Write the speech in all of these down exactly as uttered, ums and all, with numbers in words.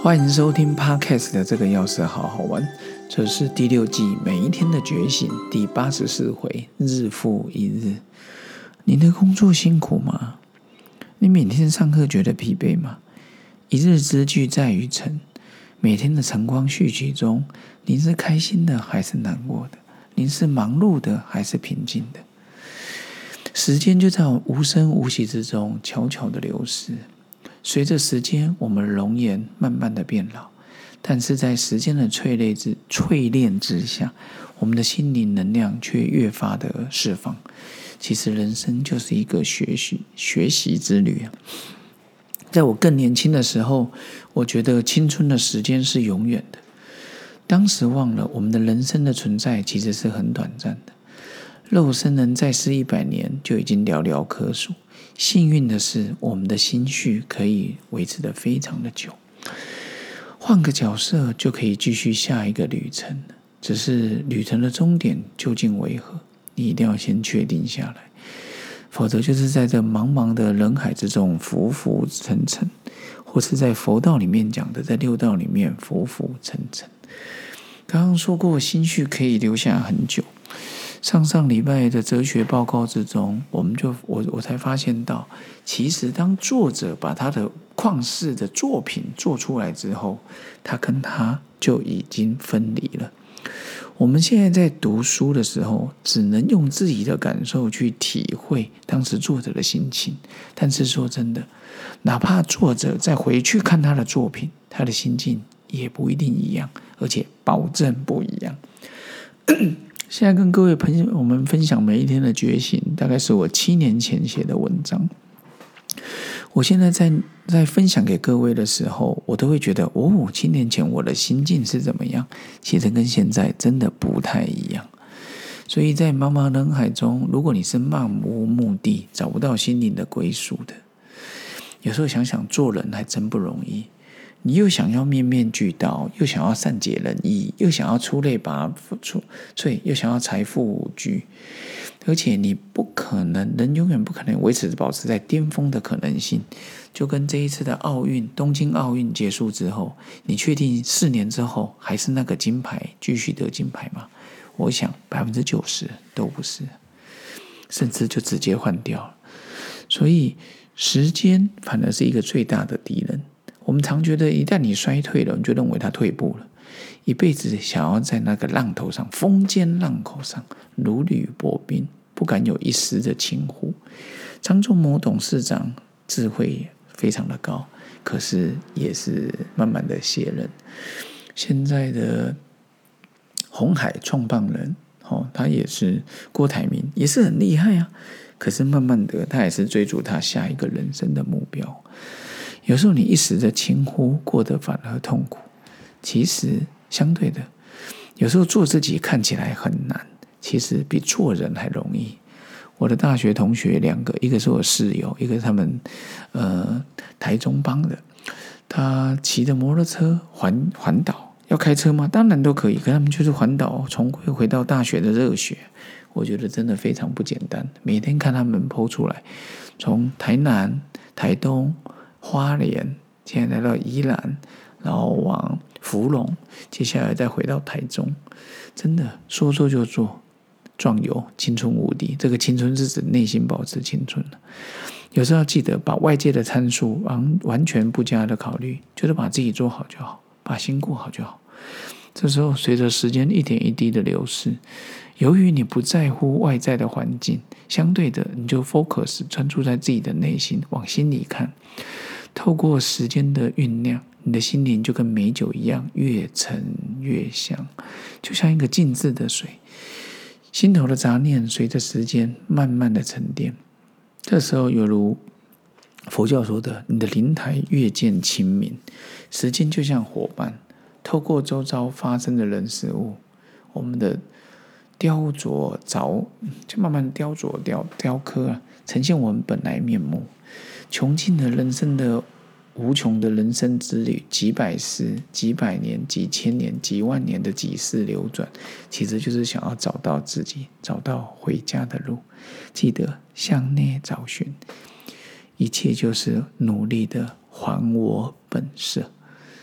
欢迎收听 Podcast 的这个钥匙好好玩，这是第六季每一天的觉醒第八十四回，日复一日。你的工作辛苦吗？你每天上课觉得疲惫吗？一日之计在于晨，每天的晨光序曲中，您是开心的还是难过的？您是忙碌的还是平静的？时间就在无声无息之中悄悄的流逝。随着时间，我们的容颜慢慢的变老，但是在时间的淬炼之淬炼之下，我们的心灵能量却越发的释放。其实人生就是一个学习学习之旅。在我更年轻的时候，我觉得青春的时间是永远的。当时忘了我们的人生的存在其实是很短暂的。肉身能再世一百年就已经寥寥可数。幸运的是，我们的心绪可以维持得非常的久。换个角色就可以继续下一个旅程，只是旅程的终点究竟为何，你一定要先确定下来，否则就是在这茫茫的人海之中浮浮沉沉，或是在佛道里面讲的，在六道里面浮浮沉沉。刚刚说过，心绪可以留下很久。上上礼拜的哲学报告之中，我们就我我才发现到，其实当作者把他的旷世的作品做出来之后，他跟他就已经分离了。我们现在在读书的时候，只能用自己的感受去体会当时作者的心情，但是说真的，哪怕作者再回去看他的作品，他的心境也不一定一样，而且保证不一样。现在跟各位朋友我们分享每一天的觉醒，大概是我七年前写的文章。我现在在在分享给各位的时候，我都会觉得，哦，七年前我的心境是怎么样？其实跟现在真的不太一样。所以在茫茫人海中，如果你是漫无目的，找不到心灵的归属的，有时候想想做人还真不容易。你又想要面面俱到，又想要善解人意，又想要出类拔萃，又想要财富无拘，而且你不可能，人永远不可能维持保持在巅峰的可能性。就跟这一次的奥运，东京奥运结束之后，你确定四年之后还是那个金牌，继续得金牌吗？我想百分之九十都不是，甚至就直接换掉了。所以时间反而是一个最大的敌人。我们常觉得一旦你衰退了，你就认为他退步了，一辈子想要在那个浪头上，风尖浪口上如履薄冰，不敢有一丝的轻忽。张忠谋董事长智慧非常的高，可是也是慢慢的卸任。现在的鸿海创办人、哦、他也是郭台铭，也是很厉害啊，可是慢慢的他也是追逐他下一个人生的目标。有时候你一时的轻忽，过得反而痛苦。其实相对的，有时候做自己看起来很难，其实比做人还容易。我的大学同学两个，一个是我室友，一个是他们呃台中帮的。他骑着摩托车环环岛，要开车吗？当然都可以，可他们就是环岛，重归回到大学的热血。我觉得真的非常不简单。每天看他们 po 出来，从台南、台东、花莲，现在来到宜兰，然后往福隆，接下来再回到台中，真的说做就做，壮游，青春无敌。这个青春是指内心保持青春。有时候要记得把外界的参数完全不加的考虑，就是把自己做好就好，把心过好就好。这时候随着时间一点一滴的流逝，由于你不在乎外在的环境，相对的你就 focus 专注在自己的内心，往心里看。透过时间的酝酿，你的心灵就跟美酒一样，越陈越香，就像一个静置的水。心头的杂念随着时间慢慢的沉淀，这时候犹如佛教说的，你的灵台越见清明。时间就像伙伴，透过周遭发生的人事物，我们的雕琢凿就慢慢雕琢雕雕刻、啊、呈现我们本来面目。穷尽了人生的无穷的人生之旅，几百世、几百年、几千年、几万年的几世流转，其实就是想要找到自己，找到回家的路。记得向内找寻，一切就是努力的还我本色。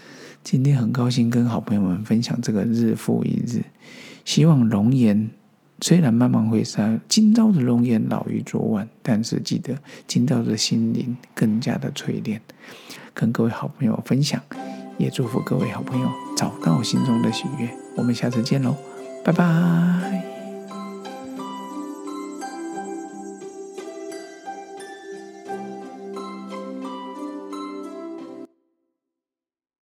今天很高兴跟好朋友们分享这个日复一日，希望容颜虽然慢慢会衰，今朝的容颜老于昨晚，但是记得今朝的心灵更加的淬炼。跟各位好朋友分享，也祝福各位好朋友找到心中的喜悦。我们下次见喽，拜拜。